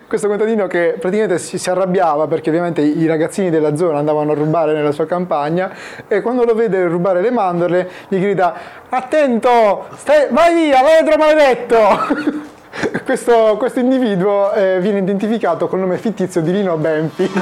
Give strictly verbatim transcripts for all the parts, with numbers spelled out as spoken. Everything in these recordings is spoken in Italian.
questo contadino che praticamente si, si arrabbiava perché ovviamente i ragazzini della zona andavano a rubare nella sua campagna, e quando lo vede rubare le mandorle gli grida: attento, stai, vai via, ladro maledetto! questo, questo individuo eh, viene identificato col nome fittizio di Lino Benfi.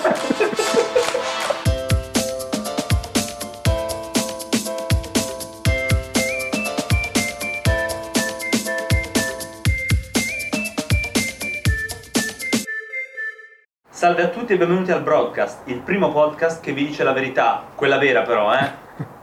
Salve a tutti e benvenuti al Broadcast, il primo podcast che vi dice la verità, quella vera però, eh?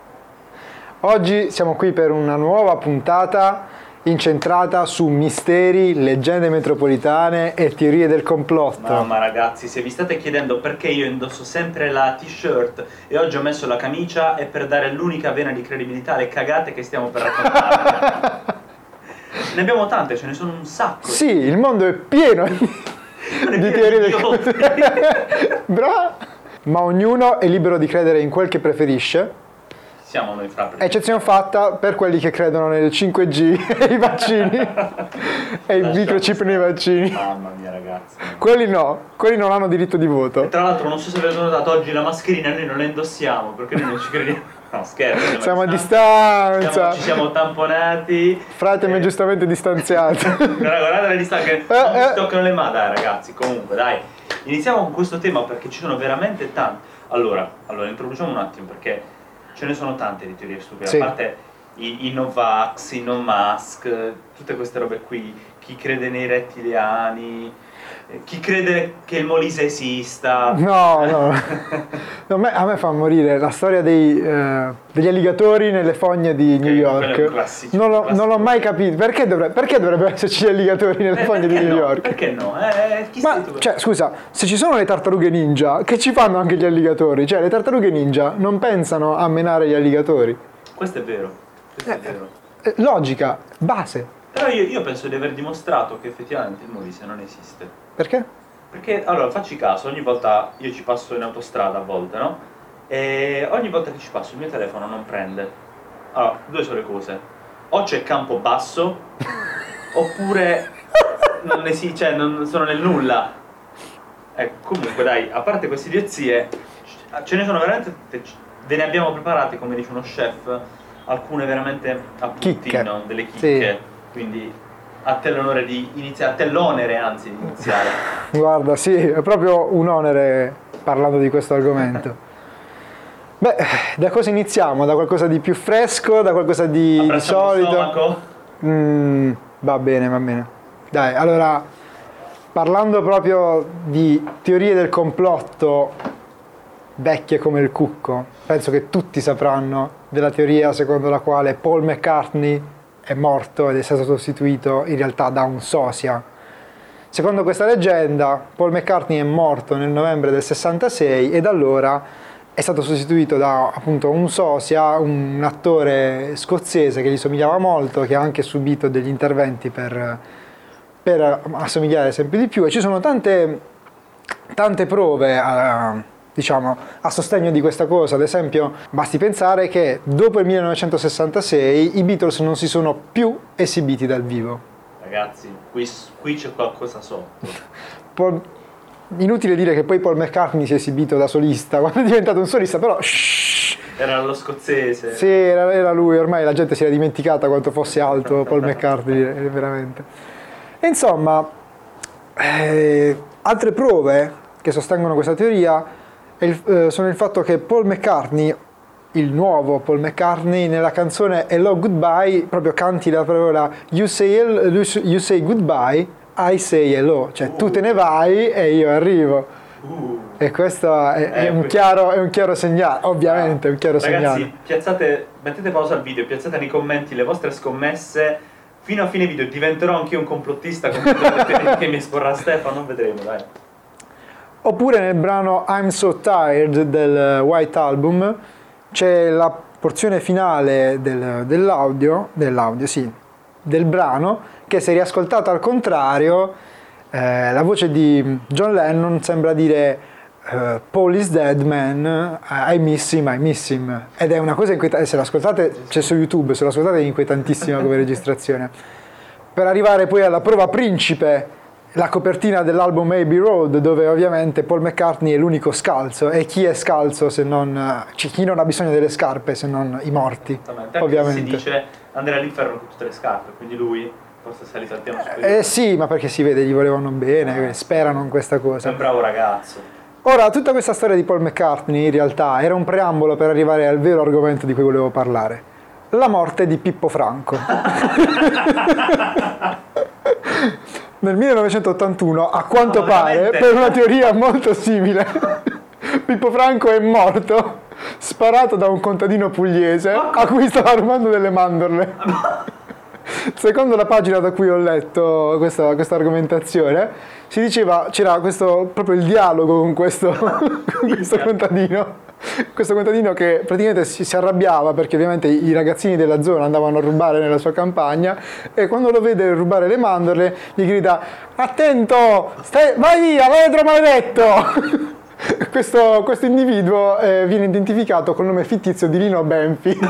Oggi siamo qui per una nuova puntata incentrata su misteri, leggende metropolitane e teorie del complotto. Mamma ragazzi, se vi state chiedendo perché io indosso sempre la t-shirt e oggi ho messo la camicia, è per dare l'unica vena di credibilità alle cagate che stiamo per raccontare. Ne abbiamo tante, ce ne sono un sacco. Sì, il mondo è pieno di teorie del bravo. Ma ognuno è libero di credere in quel che preferisce. Siamo noi fra. Eccezione fatta per quelli che credono nel cinque G e i vaccini e i microchip nei vaccini. Mamma mia ragazzi. Quelli no, quelli non hanno diritto di voto. E tra l'altro non so se avete notato, oggi la mascherina noi non la indossiamo perché noi non ci crediamo. No, scherzo. Siamo, siamo a distanza. Siamo, ci siamo tamponati. Frate mi è giustamente distanziato. Guardate le distanze che non mi toccano le mani, dai ragazzi. Comunque dai, iniziamo con questo tema perché ci sono veramente tanti. Allora, allora introduciamo un attimo perché ce ne sono tante di teorie stupide. Sì. A parte i, i Novax, i No Mask, tutte queste robe qui. Chi crede nei rettiliani, chi crede che il Molise esista. No, no, no a, me, a me fa morire la storia dei, eh, degli alligatori nelle fogne di New York. Classico, non, l'ho, classico. non l'ho mai capito. Perché, dovrebbe, perché dovrebbero esserci gli alligatori nelle eh, fogne di New no? York? Perché no? Eh, chi Ma, cioè, scusa, se ci sono le tartarughe ninja, che ci fanno anche gli alligatori? Cioè, le tartarughe ninja non pensano a menare gli alligatori. Questo è vero. Questo eh, è vero. Eh, logica, base. Però io, io penso di aver dimostrato che effettivamente il Molise non esiste. Perché? Perché, allora, facci caso, ogni volta io ci passo in autostrada a volte, no? E ogni volta che ci passo il mio telefono non prende. Allora, due sono le cose. O c'è campo basso, oppure non esiste, cioè non sono nel nulla. Ecco, comunque dai, a parte queste idiozie, ce ne sono veramente, ve ne abbiamo preparate, come dice uno chef, alcune veramente a puntino, delle chicche. Sì. Quindi a te l'onore di iniziare, a te l'onere anzi di iniziare. Guarda, sì, è proprio un onere parlando di questo argomento. Beh, da cosa iniziamo? Da qualcosa di più fresco, da qualcosa di, di solito? Mm, va bene, va bene. Dai, allora, parlando proprio di teorie del complotto vecchie come il cucco, penso che tutti sapranno della teoria secondo la quale Paul McCartney è morto ed è stato sostituito in realtà da un sosia. Secondo questa leggenda, Paul McCartney è morto nel novembre del sessantasei e da allora è stato sostituito da appunto un sosia, un attore scozzese che gli somigliava molto, che ha anche subito degli interventi per, per assomigliare sempre di più, e ci sono tante, tante prove a, diciamo, a sostegno di questa cosa. Ad esempio, basti pensare che dopo il millenovecentosessantasei i Beatles non si sono più esibiti dal vivo. Ragazzi, qui, qui c'è qualcosa sotto. Paul, inutile dire che poi Paul McCartney si è esibito da solista, quando è diventato un solista, però shh, era lo scozzese. Sì, era, era lui, ormai la gente si era dimenticata quanto fosse alto Paul McCartney, veramente. E insomma, eh, altre prove che sostengono questa teoria Il, eh, sono il fatto che Paul McCartney, il nuovo Paul McCartney, nella canzone Hello Goodbye proprio canti la parola you say, you say goodbye, I say hello, cioè uh. tu te ne vai e io arrivo. Uh. E questo è, è, eh, un chiaro, è un chiaro segnale, ovviamente è un chiaro Ragazzi, segnale. Ragazzi, piazzate, mettete pausa al video, piazzate nei commenti le vostre scommesse. Fino a fine video diventerò anch'io un complottista come che mi esporrà Stefano, vedremo, dai. Oppure nel brano I'm So Tired del White Album c'è la porzione finale del, dell'audio, dell'audio sì, del brano, che se riascoltata al contrario, eh, la voce di John Lennon sembra dire uh, Paul is dead man, I miss him, I miss him. Ed è una cosa inquietante, se l'ascoltate, c'è su YouTube, se l'ascoltate è inquietantissima come registrazione. Per arrivare poi alla prova principe la copertina dell'album Abbey Road, dove ovviamente Paul McCartney è l'unico scalzo, e chi è scalzo se non, cioè, chi non ha bisogno delle scarpe se non i morti. Esattamente, ovviamente. Si dice andare all'inferno con tutte le scarpe, quindi lui forse è salito al piano superiore. Eh sì, ma perché si vede, gli volevano bene, eh, sperano in questa cosa. È un bravo ragazzo. Ora, tutta questa storia di Paul McCartney in realtà era un preambolo per arrivare al vero argomento di cui volevo parlare: la morte di Pippo Franco. Nel millenovecentottantuno, a quanto no, pare, per una teoria molto simile, Pippo Franco è morto sparato da un contadino pugliese a cui stava rubando delle mandorle. Secondo la pagina da cui ho letto questa, questa argomentazione, si diceva, c'era questo, proprio il dialogo con questo, con questo contadino. Questo contadino che praticamente si, si arrabbiava perché ovviamente i ragazzini della zona andavano a rubare nella sua campagna, e quando lo vede rubare le mandorle gli grida: attento, stai, vai via, ladro maledetto! questo, questo individuo eh, viene identificato col nome fittizio di Lino Benfi.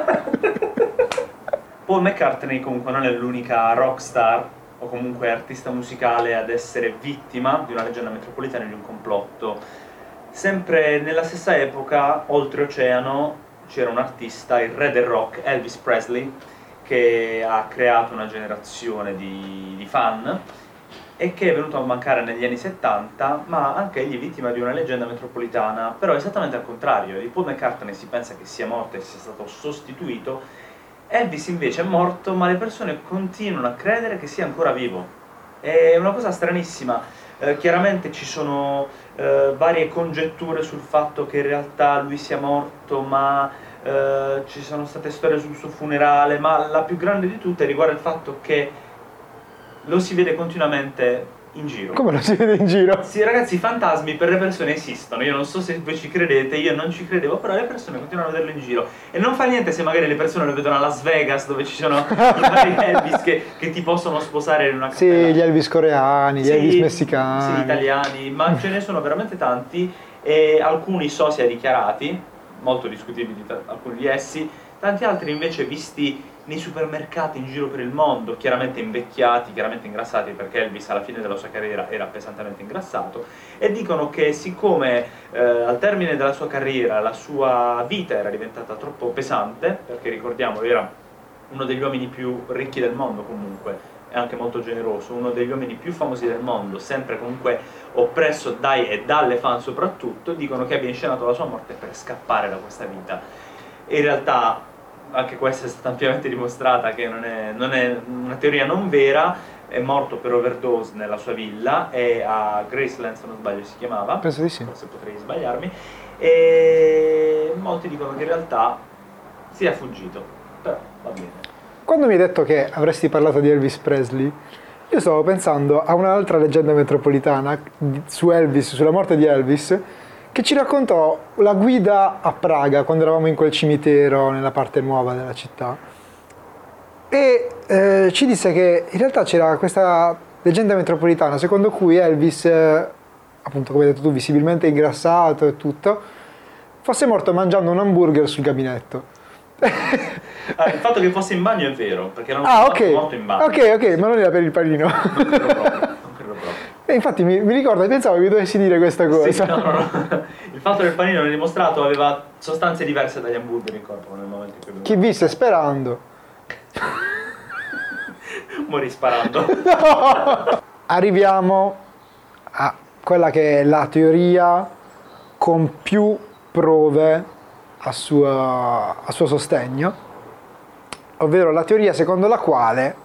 Paul McCartney comunque non è l'unica rockstar o comunque artista musicale ad essere vittima di una leggenda metropolitana e di un complotto. Sempre nella stessa epoca, oltreoceano, c'era un artista, il re del rock, Elvis Presley, che ha creato una generazione di, di fan e che è venuto a mancare negli anni settanta, ma anche egli vittima di una leggenda metropolitana, però esattamente al contrario. Di Paul McCartney si pensa che sia morto e sia stato sostituito. Elvis invece è morto, ma le persone continuano a credere che sia ancora vivo. È una cosa stranissima. Eh, chiaramente ci sono eh, varie congetture sul fatto che in realtà lui sia morto, ma eh, ci sono state storie sul suo funerale, ma la più grande di tutte riguarda il fatto che lo si vede continuamente in giro. Come lo si vede in giro? Sì, ragazzi, i fantasmi per le persone esistono. Io non so se voi ci credete, io non ci credevo, però le persone continuano a vederlo in giro. E non fa niente se magari le persone lo vedono a Las Vegas, dove ci sono i vari Elvis che, che ti possono sposare in una cappella. Sì, gli Elvis coreani, sì, gli Elvis messicani. Sì, italiani, ma ce ne sono veramente tanti, e alcuni sosia dichiarati, molto discutibili alcuni di essi, tanti altri invece visti nei supermercati in giro per il mondo, chiaramente invecchiati, chiaramente ingrassati, perché Elvis alla fine della sua carriera era pesantemente ingrassato, e dicono che siccome eh, al termine della sua carriera la sua vita era diventata troppo pesante, perché ricordiamo era uno degli uomini più ricchi del mondo comunque, e anche molto generoso, uno degli uomini più famosi del mondo, sempre comunque oppresso dai e dalle fan soprattutto, dicono che abbia inscenato la sua morte per scappare da questa vita. E in realtà anche questa è stata ampiamente dimostrata che non è, non è una teoria non vera. È morto per overdose nella sua villa, e a Graceland, se non sbaglio si chiamava, penso di sì, forse potrei sbagliarmi, e molti dicono che in realtà sia fuggito, però va bene. Quando mi hai detto che avresti parlato di Elvis Presley, io stavo pensando a un'altra leggenda metropolitana su Elvis, sulla morte di Elvis, che ci raccontò la guida a Praga quando eravamo in quel cimitero nella parte nuova della città, e eh, ci disse che in realtà c'era questa leggenda metropolitana secondo cui Elvis, eh, appunto come hai detto tu, visibilmente ingrassato e tutto, fosse morto mangiando un hamburger sul gabinetto. Ah, il fatto che fosse in bagno è vero, perché erano ah, okay. morto in bagno. Ok, ok, ma non era per il panino. Non credo proprio, non credo proprio. E infatti mi, mi ricordo e pensavo che mi dovessi dire questa cosa. Sì, no, no, no. Il fatto del panino non è dimostrato, aveva sostanze diverse dagli hamburger in corpo nel momento in cui... Chi visse sperando morì sparando. No! Arriviamo a quella che è la teoria con più prove a suo, a suo sostegno, ovvero la teoria secondo la quale,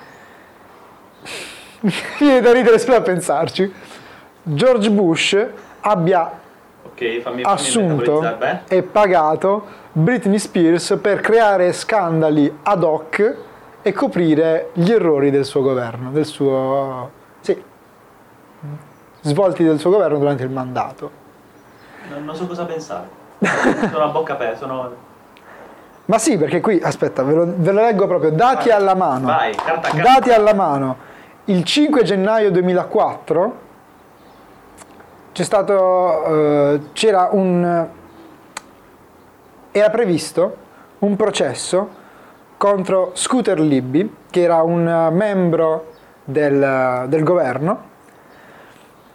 mi viene da ridere solo a pensarci, George Bush abbia okay, fammi, fammi assunto e pagato Britney Spears per creare scandali ad hoc e coprire gli errori del suo governo, del suo, sì, svolti del suo governo durante il mandato. Non, non so cosa pensare. Sono a bocca aperta, sono... Ma sì, perché qui, aspetta, ve lo, ve lo leggo proprio, dati vai, alla mano. Vai, carta, carta. Dati alla mano. Il cinque gennaio duemilaquattro c'è stato, eh, c'era un, era previsto un processo contro Scooter Libby, che era un membro del, del governo,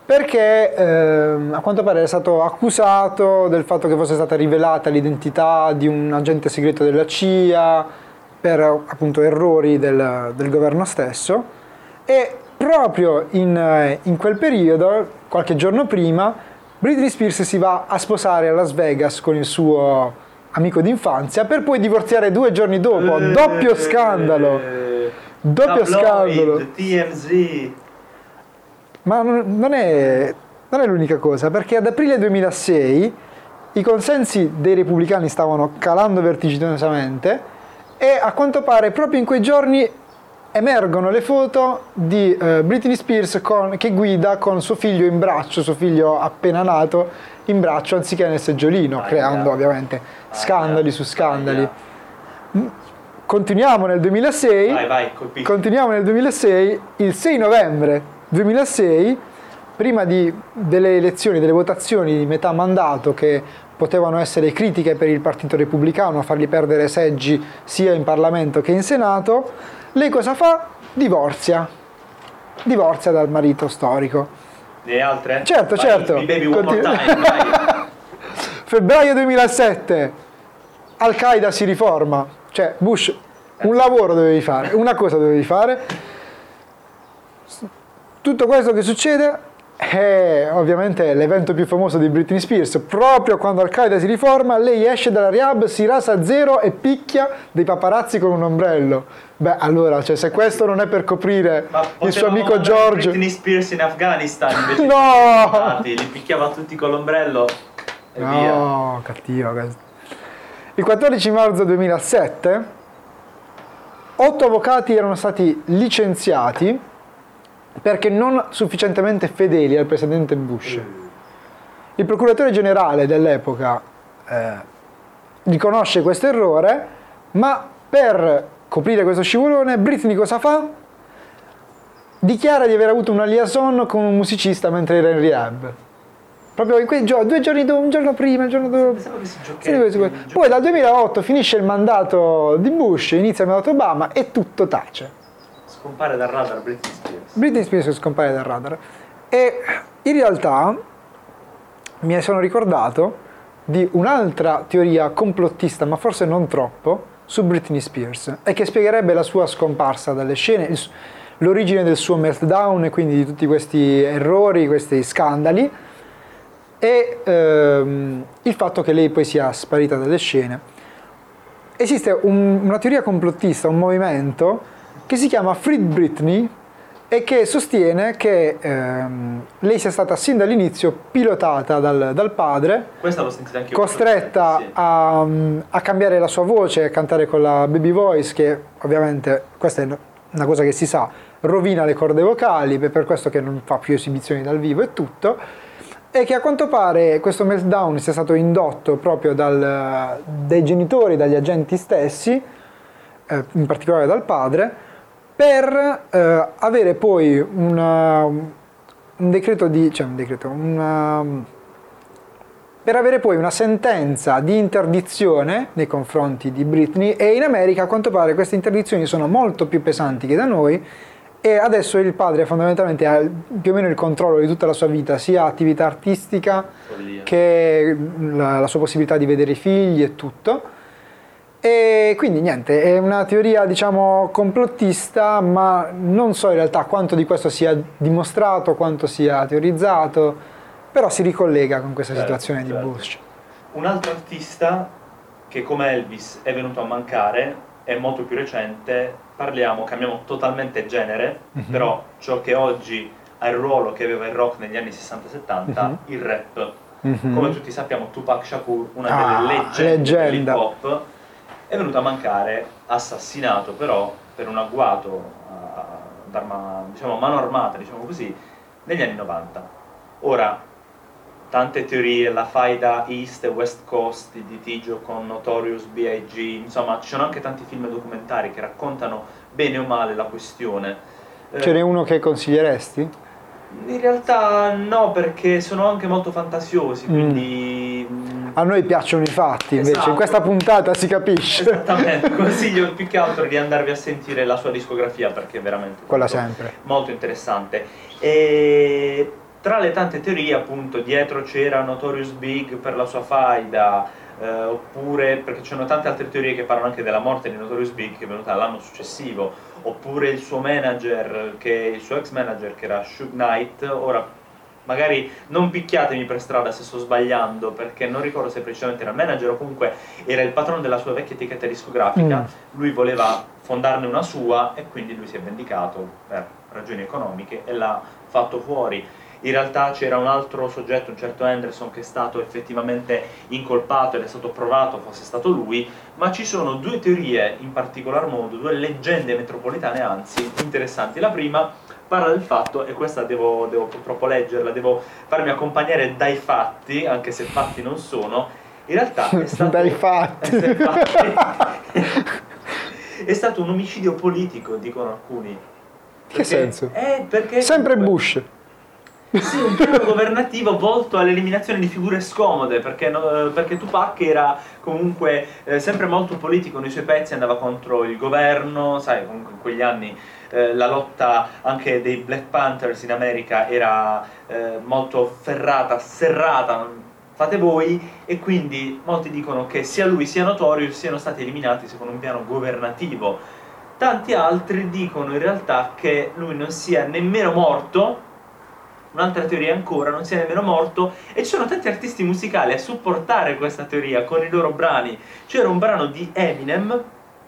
perché ehm, a quanto pare è stato accusato del fatto che fosse stata rivelata l'identità di un agente segreto della C I A per appunto errori del, del governo stesso, e proprio in, in quel periodo, qualche giorno prima, Britney Spears si va a sposare a Las Vegas con il suo amico d'infanzia per poi divorziare due giorni dopo. Eh, doppio scandalo! Eh, doppio tabloid, scandalo! T M Z! Ma non è, non è l'unica cosa, perché ad aprile duemilasei i consensi dei repubblicani stavano calando vertiginosamente e a quanto pare proprio in quei giorni emergono le foto di uh, Britney Spears con, che guida con suo figlio in braccio, suo figlio appena nato in braccio anziché nel seggiolino, ah, creando yeah. ovviamente ah, scandali yeah. su scandali. Ah, yeah. Continuiamo nel duemilasei, vai, vai, continuiamo nel duemilasei, il sei novembre duemilasei, prima di, delle elezioni, delle votazioni di metà mandato che potevano essere critiche per il Partito Repubblicano, a fargli perdere seggi sia in Parlamento che in Senato, lei cosa fa? Divorzia. Divorzia dal marito storico. Le altre? Certo, vai, certo. Mi bevi one more time, vai. Febbraio duemilasette, Al-Qaeda si riforma. Cioè, Bush, un lavoro dovevi fare, una cosa dovevi fare. Tutto questo che succede è ovviamente l'evento più famoso di Britney Spears. Proprio quando Al-Qaeda si riforma, lei esce dalla rehab, si rasa a zero e picchia dei paparazzi con un ombrello. Beh, allora, cioè, se questo non è per coprire il suo amico George... Britney Spears in Afghanistan invece no! Li picchiava tutti con l'ombrello e no, via. No, cattivo questo. Il quattordici marzo duemilasette, otto avvocati erano stati licenziati perché non sufficientemente fedeli al presidente Bush. Il procuratore generale dell'epoca eh, riconosce questo errore, ma per coprire questo scivolone Britney cosa fa? Dichiara di aver avuto una liaison con un musicista mentre era in rehab. Proprio in quei giorni, due giorni dopo, un giorno prima, il giorno dopo. Sì, poi dal duemilaotto finisce il mandato di Bush, inizia il mandato Obama e tutto tace. Scompare dal radar Britney Spears. Britney Spears scompare dal radar. E in realtà mi sono ricordato di un'altra teoria complottista, ma forse non troppo, su Britney Spears, e che spiegherebbe la sua scomparsa dalle scene, l'origine del suo meltdown e quindi di tutti questi errori, questi scandali, e ehm, il fatto che lei poi sia sparita dalle scene. Esiste un, una teoria complottista, un movimento che si chiama Free Britney e che sostiene che ehm, lei sia stata sin dall'inizio pilotata dal, dal padre, questa l'ho sentita anche io, costretta sì. a, a cambiare la sua voce, a cantare con la baby voice, che ovviamente, questa è una cosa che si sa, rovina le corde vocali, per questo che non fa più esibizioni dal vivo e tutto, e che a quanto pare questo meltdown sia stato indotto proprio dal, dai genitori, dagli agenti stessi, eh, in particolare dal padre, per eh, avere poi una, un decreto di, cioè un decreto, una, per avere poi una sentenza di interdizione nei confronti di Britney, e in America a quanto pare queste interdizioni sono molto più pesanti che da noi, e adesso il padre fondamentalmente ha più o meno il controllo di tutta la sua vita, sia attività artistica Follia. che la, la sua possibilità di vedere i figli e tutto. E quindi niente, è una teoria diciamo complottista, ma non so in realtà quanto di questo sia dimostrato, quanto sia teorizzato, però si ricollega con questa certo, situazione certo. di Bush. Un altro artista che come Elvis è venuto a mancare è molto più recente, parliamo, cambiamo totalmente genere, mm-hmm. però ciò che oggi ha il ruolo che aveva il rock negli anni sessanta settanta, mm-hmm. il rap. Mm-hmm. Come tutti sappiamo Tupac Shakur, una ah, delle leggende leggenda. dell'hip hop, è venuto a mancare, assassinato però per un agguato ad arma, diciamo, mano armata, diciamo così, negli anni novanta. Ora, tante teorie, la faida East e West Coast di litigio con Notorious B I G, insomma ci sono anche tanti film documentari che raccontano bene o male la questione. Ce n'è uno che consiglieresti? In realtà no, perché sono anche molto fantasiosi, quindi... Mm. A noi piacciono i fatti, invece esatto. in questa puntata si capisce. Esattamente, consiglio più che altro di andarvi a sentire la sua discografia, perché è veramente quella molto, sempre. molto interessante. E Tra le tante teorie, appunto, dietro c'era Notorious Big per la sua faida, eh, oppure perché ci sono tante altre teorie che parlano anche della morte di Notorious Big che è venuta l'anno successivo, oppure il suo manager, che il suo ex manager che era Suge Knight. Ora magari non picchiatemi per strada se sto sbagliando, perché non ricordo se precisamente era manager o comunque era il patrono della sua vecchia etichetta discografica. Mm. Lui voleva fondarne una sua e quindi lui si è vendicato per ragioni economiche e l'ha fatto fuori. In realtà c'era un altro soggetto, un certo Anderson, che è stato effettivamente incolpato ed è stato provato fosse stato lui, ma ci sono due teorie in particolar modo, due leggende metropolitane anzi interessanti. La prima parla del fatto, e questa devo, devo purtroppo leggerla, devo farmi accompagnare dai fatti, anche se fatti non sono, in realtà è stato... dai fatti! Dai fatti è stato un omicidio politico, dicono alcuni. Che senso? È perché sempre comunque, Bush. Sì, un piano governativo volto all'eliminazione di figure scomode, perché, no, perché Tupac era comunque eh, sempre molto politico nei suoi pezzi, andava contro il governo, sai, comunque in quegli anni eh, la lotta anche dei Black Panthers in America era eh, molto ferrata, serrata, fate voi, e quindi molti dicono che sia lui sia Notorious siano stati eliminati secondo un piano governativo. Tanti altri dicono in realtà che lui non sia nemmeno morto. Un'altra teoria ancora, non sia nemmeno morto, e ci sono tanti artisti musicali a supportare questa teoria con i loro brani. C'era un brano di Eminem,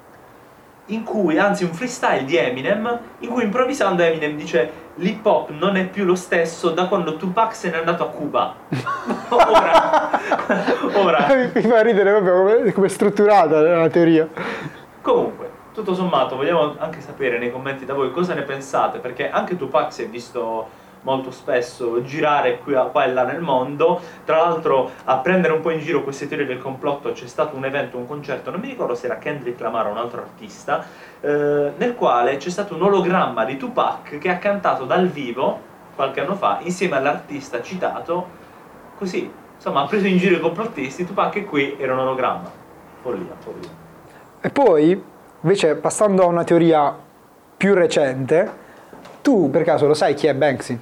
in cui, anzi un freestyle di Eminem, in cui improvvisando Eminem dice l'hip hop non è più lo stesso da quando Tupac se n'è andato a Cuba. ora, ora. Mi fa ridere proprio come, come è strutturata la teoria. Comunque, tutto sommato, vogliamo anche sapere nei commenti da voi cosa ne pensate, perché anche Tupac si è visto molto spesso girare qui a, qua e là nel mondo. Tra l'altro, a prendere un po' in giro queste teorie del complotto c'è stato un evento, un concerto, non mi ricordo se era Kendrick Lamar o un altro artista, eh, nel quale c'è stato un ologramma di Tupac che ha cantato dal vivo qualche anno fa insieme all'artista citato, così insomma ha preso in giro i complottisti. Tupac è qui, era un ologramma. Follia, follia. E poi invece, passando a una teoria più recente, tu per caso lo sai chi è Banksy?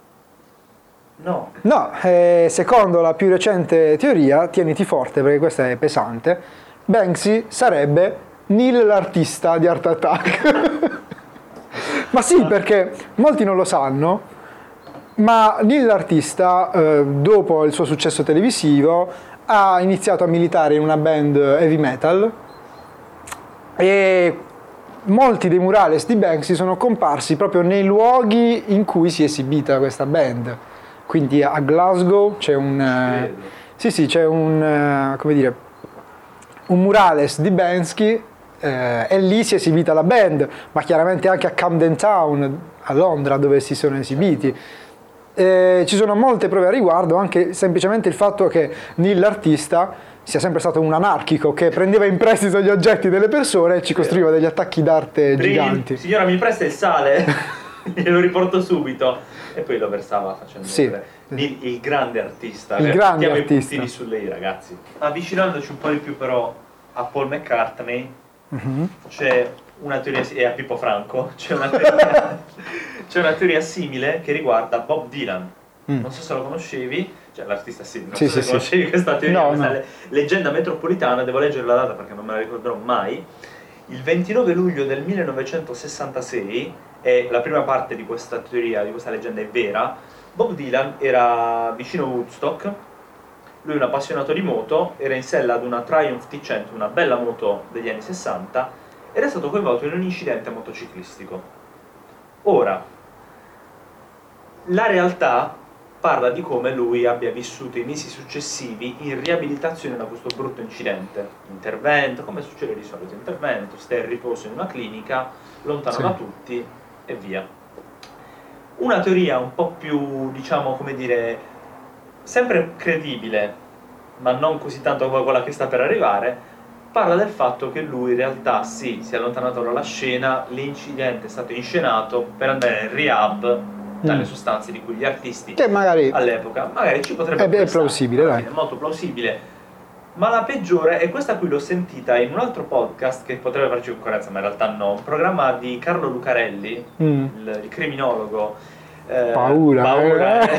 No. No, eh, secondo la più recente teoria, tieniti forte perché questa è pesante, Banksy sarebbe Neil l'artista di Art Attack. Ma sì, perché molti non lo sanno, ma Neil l'artista, eh, dopo il suo successo televisivo, ha iniziato a militare in una band heavy metal e molti dei murales di Banksy sono comparsi proprio nei luoghi in cui si è esibita questa band. Quindi a Glasgow c'è un eh, sì sì c'è un eh, come dire un murales di Banksy eh, e lì si è esibita la band, ma chiaramente anche a Camden Town a Londra dove si sono esibiti. Eh, ci sono molte prove a riguardo, anche semplicemente il fatto che Neil l'artista sia sempre stato un anarchico che prendeva in prestito gli oggetti delle persone e ci costruiva degli attacchi d'arte Brin, giganti. Signora, mi presta il sale? Glielo riporto subito. E poi lo versava facendo sì. il, il grande artista. Il grande Mettiamo artista. i puntini su lei, ragazzi. Avvicinandoci un po' di più però a Paul McCartney, uh-huh. c'è una teoria, e a Pippo Franco, c'è una teoria, c'è una teoria simile che riguarda Bob Dylan. Mm. Non so se lo conoscevi, cioè l'artista sì, non sì, so sì, se conoscevi sì. questa teoria, no, questa no. leggenda metropolitana. Devo leggere la data perché non me la ricorderò mai. Il ventinove luglio del millenovecentosessantasei, e la prima parte di questa teoria, di questa leggenda è vera, Bob Dylan era vicino a Woodstock, lui è un appassionato di moto, era in sella ad una Triumph T cento, una bella moto degli anni sessanta, ed è stato coinvolto in un incidente motociclistico. Ora, la realtà parla di come lui abbia vissuto i mesi successivi in riabilitazione da questo brutto incidente. Intervento, come succede di solito, intervento, stai in riposo in una clinica, lontano sì. da tutti e via. Una teoria un po' più, diciamo, come dire, sempre credibile, ma non così tanto come quella che sta per arrivare, parla del fatto che lui in realtà sì, si è allontanato dalla scena, l'incidente è stato inscenato per andare in rehab dalle mm. sostanze di cui gli artisti che magari all'epoca magari ci potrebbe è, è plausibile, dai. È molto plausibile. Ma la peggiore, e questa qui l'ho sentita in un altro podcast che potrebbe farci concorrenza, ma in realtà no, un programma di Carlo Lucarelli, mm. il, il criminologo, Eh, paura. paura eh.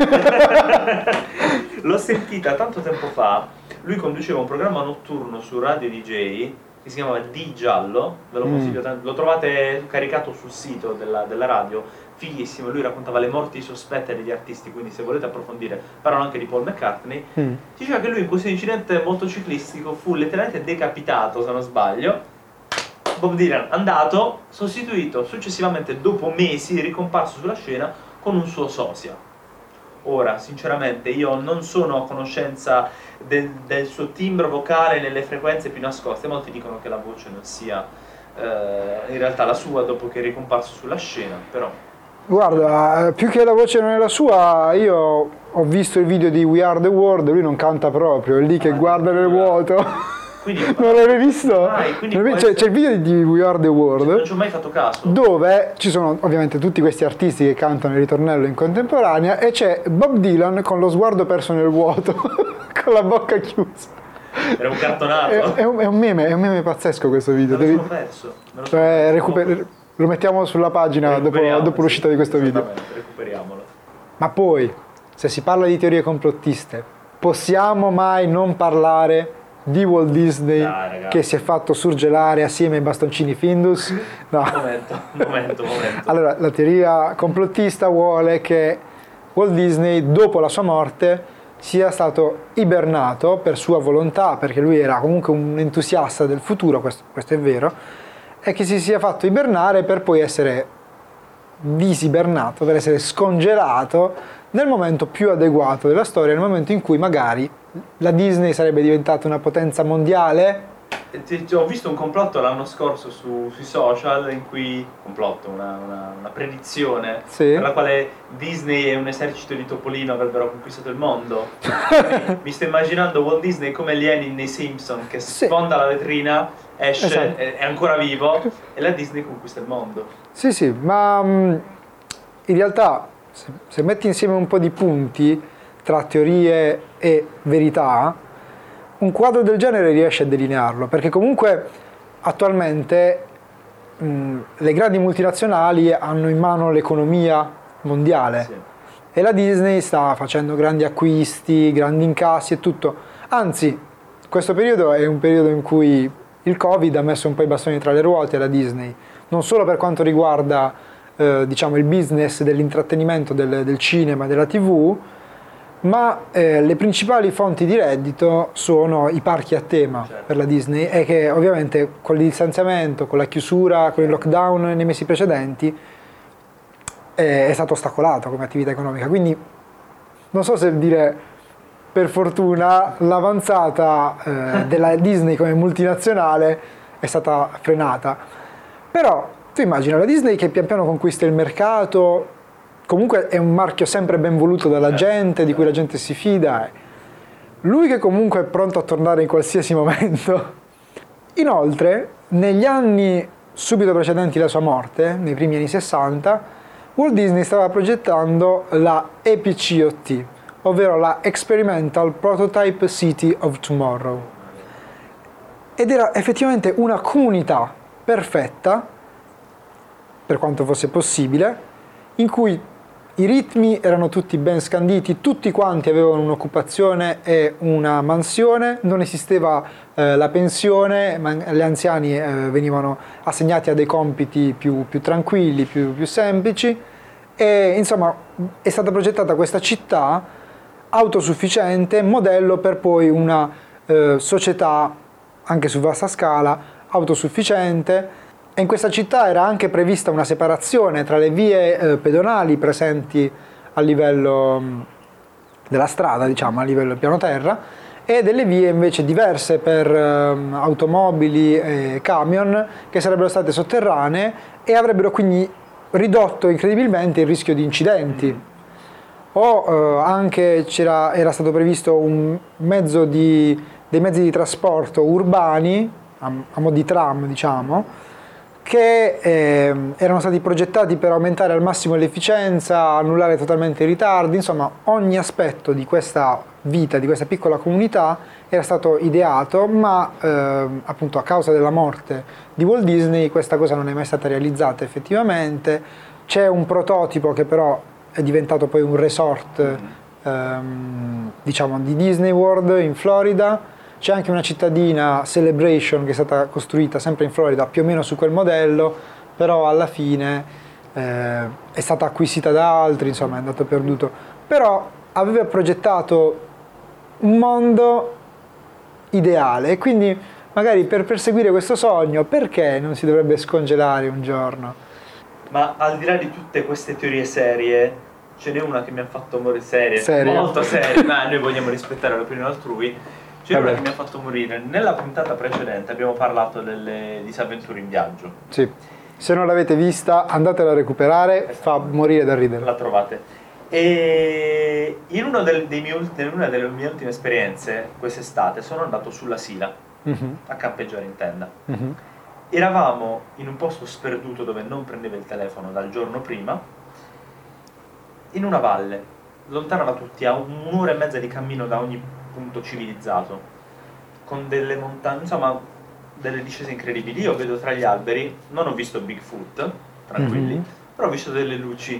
L'ho sentita tanto tempo fa. Lui conduceva un programma notturno su Radio D J che si chiamava D Giallo, ve lo consiglio, mm. lo trovate caricato sul sito della, della radio, fighissimo. Lui raccontava le morti sospette degli artisti, quindi se volete approfondire parlano anche di Paul McCartney. Mm. Diceva che lui in questo incidente motociclistico fu letteralmente decapitato, se non sbaglio. Bob Dylan andato, sostituito successivamente dopo mesi, ricomparso sulla scena con un suo sosia. Ora, sinceramente, io non sono a conoscenza del, del suo timbro vocale nelle frequenze più nascoste. Molti dicono che la voce non sia eh, in realtà la sua dopo che è ricomparso sulla scena, però... Guarda, più che la voce non è la sua, io ho visto il video di We Are The World, lui non canta proprio, è lì che ah, guarda nel vuoto. Quindi, non l'avevi visto? Vai, c'è, essere... c'è il video di We Are The World, non ci ho mai fatto caso, dove ci sono ovviamente tutti questi artisti che cantano il ritornello in contemporanea e c'è Bob Dylan con lo sguardo perso nel vuoto con la bocca chiusa. Era un cartonato. È, è, un, è un meme, è un meme pazzesco questo video. Me lo sono perso. Me lo, sono eh, perso. Recuper- lo mettiamo sulla pagina dopo, dopo l'uscita sì, di questo video. Recuperiamolo. Ma poi, se si parla di teorie complottiste, possiamo mai non parlare di Walt Disney Dai, che si è fatto surgelare assieme ai bastoncini Findus? No. Momento, momento, momento. Allora, la teoria complottista vuole che Walt Disney, dopo la sua morte, sia stato ibernato per sua volontà, perché lui era comunque un entusiasta del futuro, questo, questo è vero, e che si sia fatto ibernare per poi essere disibernato, per essere scongelato nel momento più adeguato della storia, nel momento in cui magari la Disney sarebbe diventata una potenza mondiale. Ho visto un complotto l'anno scorso su, sui social in cui, complotto, una, una, una predizione, sì, per la quale Disney e un esercito di topolino avrebbero conquistato il mondo. Mi sto immaginando Walt Disney come Lenin nei Simpson che sì, sfonda la vetrina, esce, esatto, è, è ancora vivo e la Disney conquista il mondo. Sì, sì, ma in realtà se, se metti insieme un po' di punti tra teorie e verità, un quadro del genere riesce a delinearlo, perché comunque attualmente mh, le grandi multinazionali hanno in mano l'economia mondiale, sì, e la Disney sta facendo grandi acquisti, grandi incassi e tutto. Anzi, questo periodo è un periodo in cui il Covid ha messo un po' i bastoni tra le ruote alla Disney, non solo per quanto riguarda eh, diciamo il business dell'intrattenimento, del, del cinema e della tivù, ma eh, le principali fonti di reddito sono i parchi a tema, certo, per la Disney, e che ovviamente con il distanziamento, con la chiusura, con il lockdown nei mesi precedenti eh, è stato ostacolato come attività economica. Quindi non so se dire per fortuna l'avanzata eh, della Disney come multinazionale è stata frenata, però tu immagina la Disney che pian piano conquista il mercato. Comunque è un marchio sempre ben voluto dalla gente, di cui la gente si fida. Lui che comunque è pronto a tornare in qualsiasi momento. Inoltre, negli anni subito precedenti la sua morte, nei primi anni sessanta, Walt Disney stava progettando la E P C O T, ovvero la Experimental Prototype City of Tomorrow. Ed era effettivamente una comunità perfetta, per quanto fosse possibile, in cui i ritmi erano tutti ben scanditi, tutti quanti avevano un'occupazione e una mansione, non esisteva eh, la pensione, ma gli anziani eh, venivano assegnati a dei compiti più, più tranquilli, più, più semplici, e insomma è stata progettata questa città autosufficiente, modello per poi una eh, società anche su vasta scala, autosufficiente. E in questa città era anche prevista una separazione tra le vie eh, pedonali presenti a livello mh, della strada, diciamo, a livello del piano terra, e delle vie invece diverse per eh, automobili e camion che sarebbero state sotterranee e avrebbero quindi ridotto incredibilmente il rischio di incidenti. O eh, anche c'era, era stato previsto un mezzo di, dei mezzi di trasporto urbani, a, a mo' di tram, diciamo, che eh, erano stati progettati per aumentare al massimo l'efficienza, annullare totalmente i ritardi, insomma ogni aspetto di questa vita, di questa piccola comunità era stato ideato, ma eh, appunto a causa della morte di Walt Disney questa cosa non è mai stata realizzata effettivamente. C'è un prototipo che però è diventato poi un resort mm-hmm. ehm, diciamo di Disney World in Florida. C'è anche una cittadina, Celebration, che è stata costruita sempre in Florida più o meno su quel modello, però alla fine eh, è stata acquisita da altri, insomma è andato perduto. Però aveva progettato un mondo ideale e quindi magari per perseguire questo sogno perché non si dovrebbe scongelare un giorno? Ma al di là di tutte queste teorie serie, ce n'è una che mi ha fatto morire serie, serie. molto seria, ma noi vogliamo rispettare l'opinione altrui. C'è una che mi ha fatto morire. Nella puntata precedente abbiamo parlato delle disavventure in viaggio. Sì, se non l'avete vista andatela a recuperare, fa morire da ridere. La trovate. E in, uno del, dei miei, in una delle mie ultime esperienze quest'estate sono andato sulla Sila mm-hmm. a campeggiare in tenda. Mm-hmm. Eravamo in un posto sperduto dove non prendeva il telefono dal giorno prima, in una valle, lontana da tutti, a un'ora e mezza di cammino da ogni punto civilizzato, con delle montagne, insomma delle discese incredibili. Io vedo tra gli alberi, non ho visto Bigfoot, tranquilli, mm-hmm. però ho visto delle luci.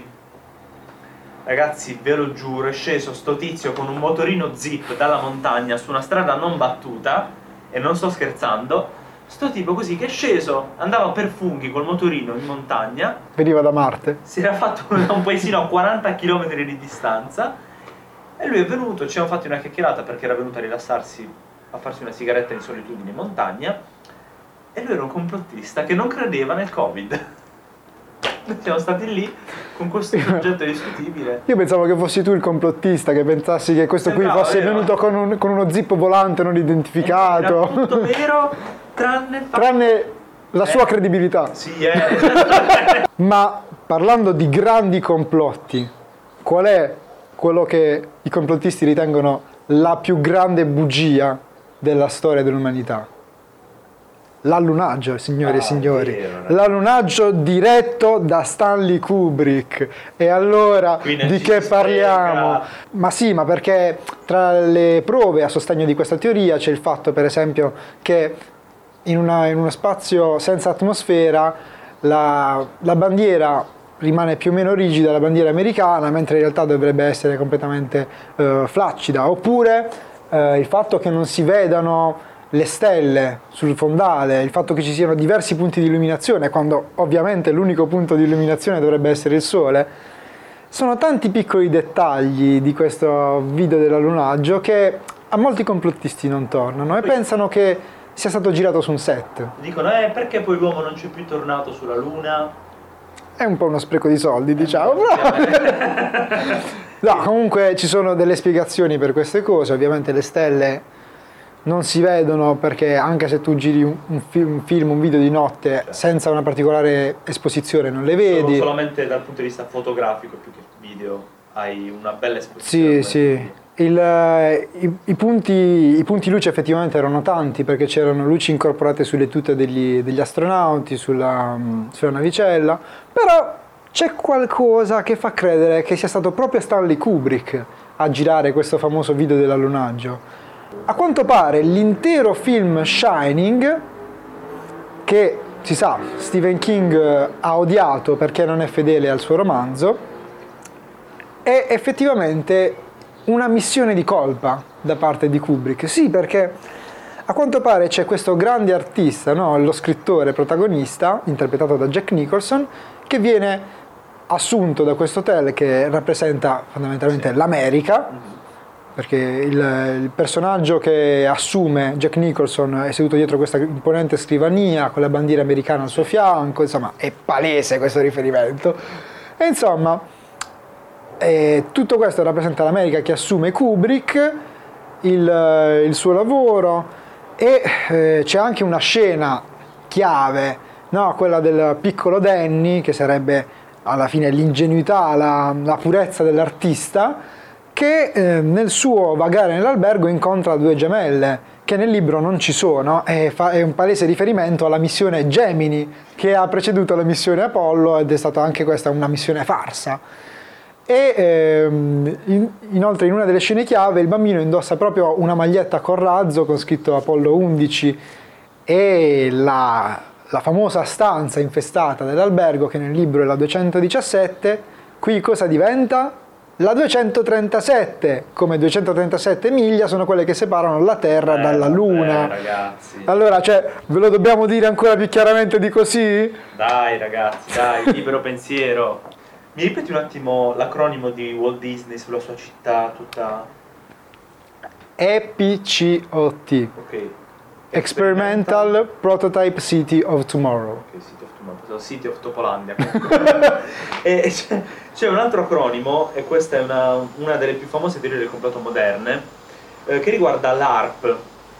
Ragazzi, ve lo giuro, è sceso sto tizio con un motorino zip dalla montagna su una strada non battuta, e non sto scherzando, sto tipo così che è sceso, andava per funghi col motorino in montagna, veniva da Marte, si era fatto un paesino a quaranta chilometri di distanza, e lui è venuto, ci siamo fatti una chiacchierata perché era venuto a rilassarsi, a farsi una sigaretta in solitudine in montagna, e lui era un complottista che non credeva nel Covid. Noi siamo stati lì con questo progetto discutibile. Io pensavo che fossi tu il complottista, che pensassi che questo qui Sembrava, fosse vero? venuto con, un, con uno zip volante non identificato. Era tutto vero, tranne, tranne la eh. sua credibilità. Sì, eh. Ma parlando di grandi complotti, qual è quello che i complottisti ritengono la più grande bugia della storia dell'umanità? L'allunaggio, signori ah, e signori, vero, l'allunaggio diretto da Stanley Kubrick. E allora di che parliamo? Spiega. Ma sì, ma perché tra le prove a sostegno di questa teoria c'è il fatto, per esempio, che in, una, in uno spazio senza atmosfera la, la bandiera rimane più o meno rigida, la bandiera americana, mentre in realtà dovrebbe essere completamente eh, flaccida. Oppure eh, il fatto che non si vedano le stelle sul fondale, il fatto che ci siano diversi punti di illuminazione, quando ovviamente l'unico punto di illuminazione dovrebbe essere il sole. Sono tanti piccoli dettagli di questo video dell'allunaggio che a molti complottisti non tornano e pensano che sia stato girato su un set. Dicono, eh, perché poi l'uomo non c'è più tornato sulla Luna? È un po' uno spreco di soldi, diciamo. No, comunque ci sono delle spiegazioni per queste cose. Ovviamente le stelle non si vedono perché anche se tu giri un, un, film, un film, un video di notte, certo, senza una particolare esposizione non le vedi. Solo, solamente dal punto di vista fotografico più che video hai una bella esposizione. Sì, sì. Il, i, i, punti, I punti luce effettivamente erano tanti perché c'erano luci incorporate sulle tute degli, degli astronauti, sulla, sulla navicella, però c'è qualcosa che fa credere che sia stato proprio Stanley Kubrick a girare questo famoso video dell'allunaggio. A quanto pare l'intero film Shining, che si sa Stephen King ha odiato perché non è fedele al suo romanzo, è effettivamente una missione di colpa da parte di Kubrick. Sì, perché a quanto pare c'è questo grande artista, no? Lo scrittore protagonista, interpretato da Jack Nicholson, che viene assunto da questo hotel che rappresenta fondamentalmente l'America, perché il, il personaggio che assume Jack Nicholson è seduto dietro questa imponente scrivania con la bandiera americana al suo fianco, insomma è palese questo riferimento. E insomma eh, tutto questo rappresenta l'America che assume Kubrick, il, il suo lavoro, e eh, c'è anche una scena chiave, no? Quella del piccolo Danny, che sarebbe alla fine l'ingenuità, la, la purezza dell'artista, che eh, nel suo vagare nell'albergo incontra due gemelle che nel libro non ci sono, e fa, è un palese riferimento alla missione Gemini che ha preceduto la missione Apollo, ed è stata anche questa una missione farsa. E ehm, in, inoltre in una delle scene chiave il bambino indossa proprio una maglietta con razzo con scritto Apollo undici, e la, la famosa stanza infestata dell'albergo, che nel libro è la duecentodiciassette, qui cosa diventa? La duecentotrentasette, come duecentotrentasette miglia sono quelle che separano la Terra eh, dalla Luna. Vabbè, ragazzi. Allora, cioè, ve lo dobbiamo dire ancora più chiaramente di così? Dai ragazzi, dai, libero pensiero. Mi ripeti un attimo l'acronimo di Walt Disney sulla sua città tutta... E P C O T. Ok. Experimental Prototype City of Tomorrow. Ok, City of Tomorrow, City of Topolandia. E c'è, c'è un altro acronimo, e questa è una, una delle più famose teorie del complotto moderne, eh, che riguarda l'ARP.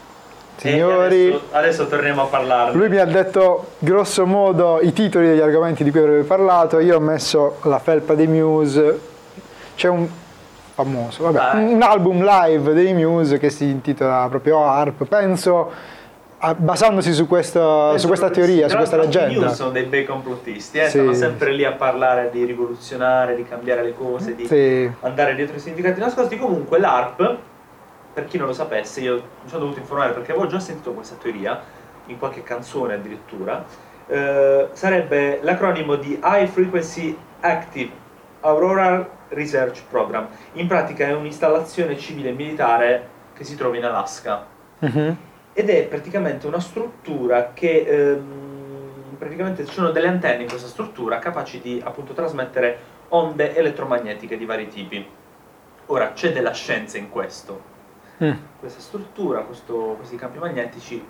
Signori, adesso, adesso torniamo a parlarne. Lui mi ha detto grosso modo i titoli degli argomenti di cui avrebbe parlato, io ho messo la felpa dei Muse, c'è un famoso, vabbè, ah, un album live dei Muse che si intitola proprio ARP, penso a, basandosi su, questo, su questa teoria, su questa leggenda. I Muse sono dei bei complottisti, eh? Sì. Stanno sempre lì a parlare di rivoluzionare, di cambiare le cose, di sì. andare dietro i significati nascosti. Comunque l'ARP, per chi non lo sapesse, io mi sono dovuto informare perché avevo già sentito questa teoria, in qualche canzone addirittura, eh, sarebbe l'acronimo di High Frequency Active Auroral Research Program. In pratica è un'installazione civile e militare che si trova in Alaska. Mm-hmm. Ed è praticamente una struttura che, ehm, praticamente ci sono delle antenne in questa struttura capaci di appunto trasmettere onde elettromagnetiche di vari tipi. Ora, c'è della scienza in questo. Mm. Questa struttura, questo, questi campi magnetici,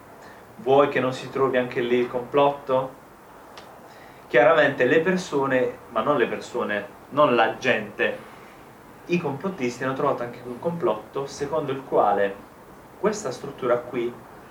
vuoi che non si trovi anche lì il complotto? Chiaramente le persone, ma non le persone, non la gente, i complottisti hanno trovato anche un complotto secondo il quale questa struttura qui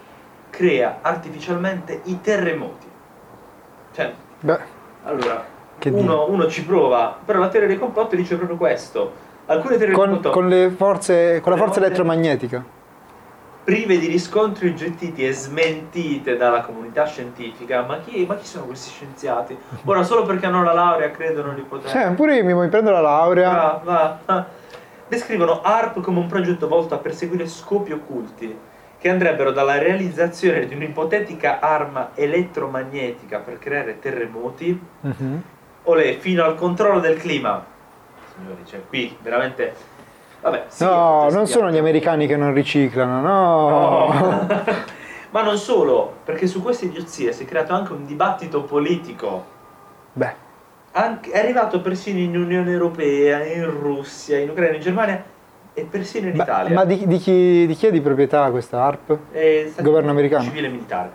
crea artificialmente i terremoti. Cioè, Beh, allora, che uno, uno ci prova, però la teoria dei complotti dice proprio questo. Alcune teorie con, del complotto, con, le forze, con la le forza onde elettromagnetica. prive di riscontri oggettivi e smentite dalla comunità scientifica. Ma chi, ma chi sono questi scienziati? Ora, solo perché hanno la laurea credono di poter... Sì, pure io mi vuoi prendere la laurea. Va, va, va. Descrivono ARP come un progetto volto a perseguire scopi occulti che andrebbero dalla realizzazione di un'ipotetica arma elettromagnetica per creare terremoti, Mm-hmm. olè, fino al controllo del clima. Signori, cioè qui veramente... Vabbè, sì, No, non sono gli americani che non riciclano, no. no. Ma non solo, perché su queste idiozie si è creato anche un dibattito politico. Beh. Anche, è arrivato persino in Unione Europea, in Russia, in Ucraina, in Germania e persino in Beh, Italia. ma di, di, chi, di chi è di proprietà questa ARP? Eh, Stati Governo Uniti, americano. Civile e militare.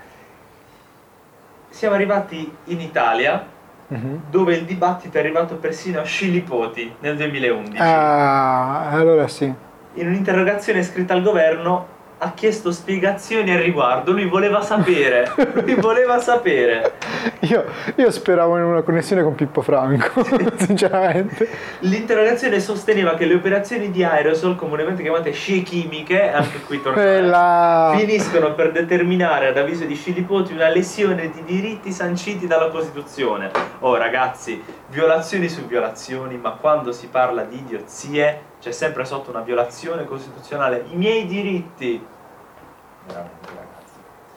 Siamo arrivati in Italia, Mm-hmm. dove il dibattito è arrivato persino a Scilipoti nel duemilaundici. Ah, allora sì. In un'interrogazione scritta al governo ha chiesto spiegazioni al riguardo. Lui voleva sapere, lui voleva sapere. Io, io speravo in una connessione con Pippo Franco, sinceramente. L'interrogazione sosteneva che le operazioni di aerosol, comunemente chiamate scie chimiche, anche qui tornano, La... finiscono per determinare, ad avviso di Scilipoti, una lesione di diritti sanciti dalla Costituzione. Oh ragazzi, violazioni su violazioni, ma quando si parla di idiozie c'è sempre sotto una violazione costituzionale. I miei diritti! Veramente ragazzi.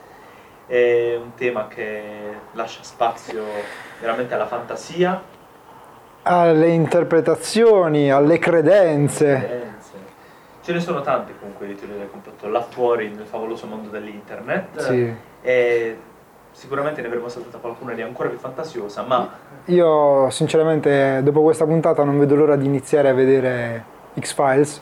È un tema che lascia spazio veramente alla fantasia, alle interpretazioni, alle credenze. credenze. Ce ne sono tante comunque di teorie del complotto là fuori nel favoloso mondo dell'internet. Sì. E sicuramente ne avremo saltata qualcuna di ancora più fantasiosa, ma Io sinceramente dopo questa puntata non vedo l'ora di iniziare a vedere X-Files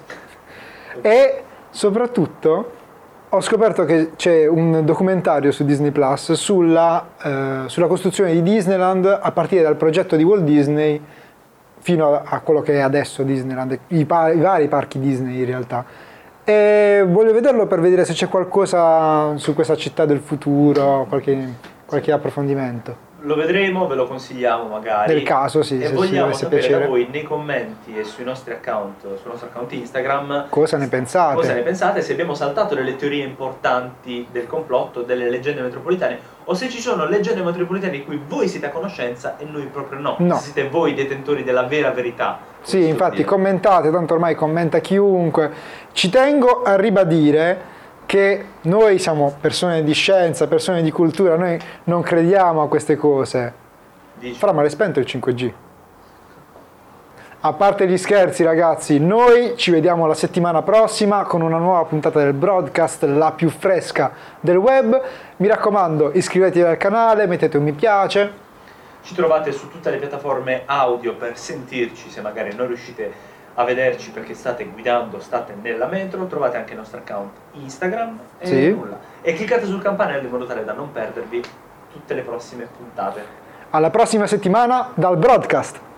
e soprattutto ho scoperto che c'è un documentario su Disney Plus sulla, eh, sulla costruzione di Disneyland a partire dal progetto di Walt Disney fino a, a quello che è adesso Disneyland, i, pa- i vari parchi Disney in realtà. E voglio vederlo per vedere se c'è qualcosa su questa città del futuro, qualche, qualche approfondimento. lo vedremo, ve lo consigliamo magari. Nel caso, sì, e se vogliamo dovesse sapere piacere. da voi nei commenti e sui nostri account, sul nostro account Instagram, Cosa ne pensate? cosa ne pensate, se abbiamo saltato delle teorie importanti del complotto, delle leggende metropolitane, o se ci sono leggende metropolitane di cui voi siete a conoscenza e noi proprio no, No. se siete voi detentori della vera verità. Sì, Posso infatti dire. commentate, tanto ormai commenta chiunque. Ci tengo a ribadire che noi siamo persone di scienza, persone di cultura, noi non crediamo a queste cose. Dici. Fra, ma l'hai spento il cinque G? A parte gli scherzi ragazzi, noi ci vediamo la settimana prossima con una nuova puntata del broadcast, la più fresca del web. Mi raccomando, iscrivetevi al canale, mettete un mi piace. Ci trovate su tutte le piattaforme audio per sentirci, se magari non riuscite a vederci perché state guidando, state nella metro. Trovate anche il nostro account Instagram e sì. nulla. E cliccate sul campanello in modo tale da non perdervi tutte le prossime puntate. Alla prossima settimana dal broadcast.